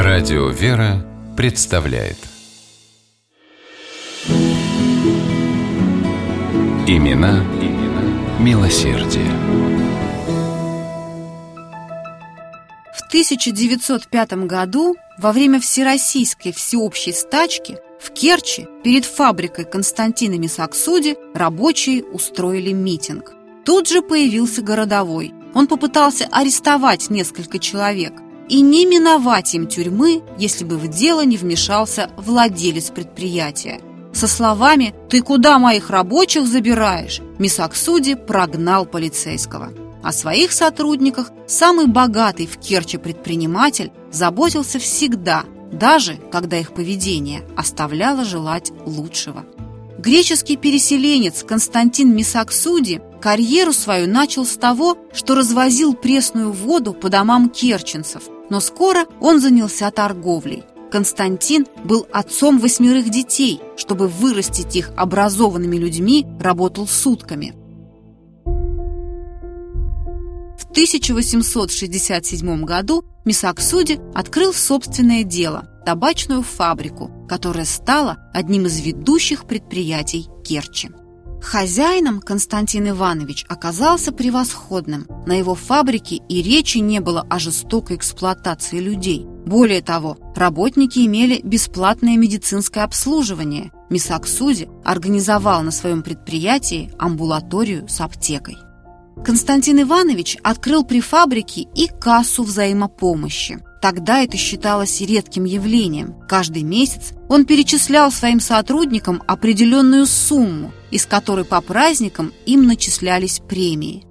Радио «Вера» представляет Имена милосердия. В 1905 году во время Всероссийской всеобщей стачки в Керчи перед фабрикой Константина Мисаксуди рабочие устроили митинг. Тут же появился городовой. Он попытался арестовать несколько человек и не миновать им тюрьмы, если бы в дело не вмешался владелец предприятия. Со словами «Ты куда моих рабочих забираешь?» Мисаксуди прогнал полицейского. О своих сотрудниках самый богатый в Керчи предприниматель заботился всегда, даже когда их поведение оставляло желать лучшего. Греческий переселенец Константин Мисаксуди карьеру свою начал с того, что развозил пресную воду по домам керченцев, но скоро он занялся торговлей. Константин был отцом 8 детей. Чтобы вырастить их образованными людьми, работал сутками. В 1867 году Мисаксуди открыл собственное дело – табачную фабрику, которая стала одним из ведущих предприятий Керчи. Хозяином Константин Иванович оказался превосходным. На его фабрике и речи не было о жестокой эксплуатации людей. Более того, работники имели бесплатное медицинское обслуживание. Мисаксуди организовал на своем предприятии амбулаторию с аптекой. Константин Иванович открыл при фабрике и кассу взаимопомощи. Тогда это считалось редким явлением. Каждый месяц он перечислял своим сотрудникам определенную сумму, из которой по праздникам им начислялись премии.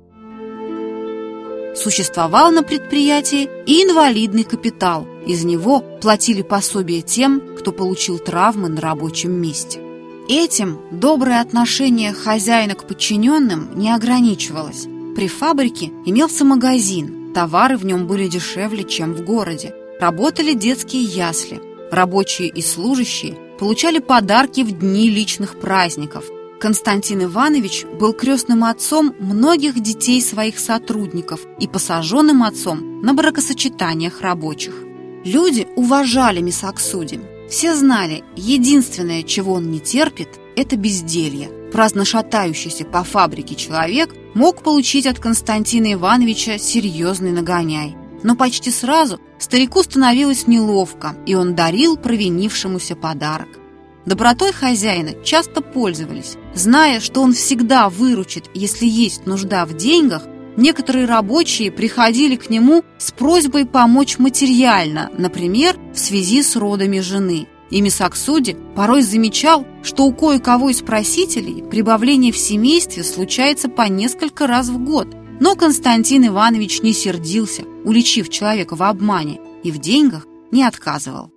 Существовал на предприятии и инвалидный капитал. Из него платили пособие тем, кто получил травмы на рабочем месте. Этим доброе отношение хозяина к подчиненным не ограничивалось. При фабрике имелся магазин. Товары в нем были дешевле, чем в городе. Работали детские ясли. Рабочие и служащие получали подарки в дни личных праздников. Константин Иванович был крестным отцом многих детей своих сотрудников и посаженным отцом на бракосочетаниях рабочих. Люди уважали Мисаксуди. Все знали, единственное, чего он не терпит, это безделье. Праздно шатающийся по фабрике человек мог получить от Константина Ивановича серьезный нагоняй. Но почти сразу старику становилось неловко, и он дарил провинившемуся подарок. Добротой хозяина часто пользовались. Зная, что он всегда выручит, если есть нужда в деньгах, некоторые рабочие приходили к нему с просьбой помочь материально, например, в связи с родами жены. И Мисаксуди порой замечал, что у кое-кого из просителей прибавление в семействе случается по несколько раз в год. Но Константин Иванович не сердился, уличив человека в обмане, и в деньгах не отказывал.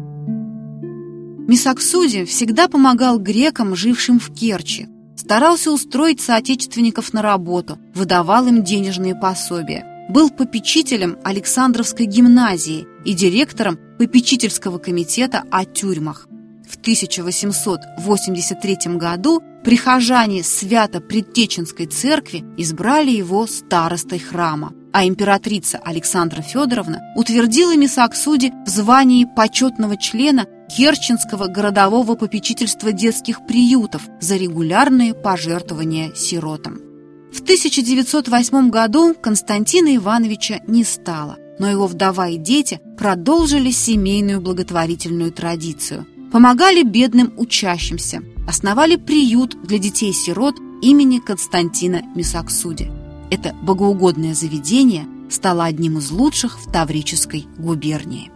Мисаксуди всегда помогал грекам, жившим в Керчи. Старался устроить соотечественников на работу, выдавал им денежные пособия. Был попечителем Александровской гимназии и директором попечительского комитета о тюрьмах. В 1883 году прихожане Свято-Предтеченской церкви избрали его старостой храма, а императрица Александра Федоровна утвердила Мисаксуди в звании почетного члена Керченского городового попечительства детских приютов за регулярные пожертвования сиротам. В 1908 году Константина Ивановича не стало, но его вдова и дети продолжили семейную благотворительную традицию. Помогали бедным учащимся, основали приют для детей-сирот имени Константина Мисаксуди. Это богоугодное заведение стало одним из лучших в Таврической губернии.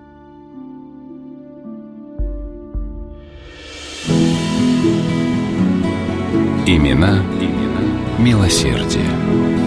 Имена милосердия.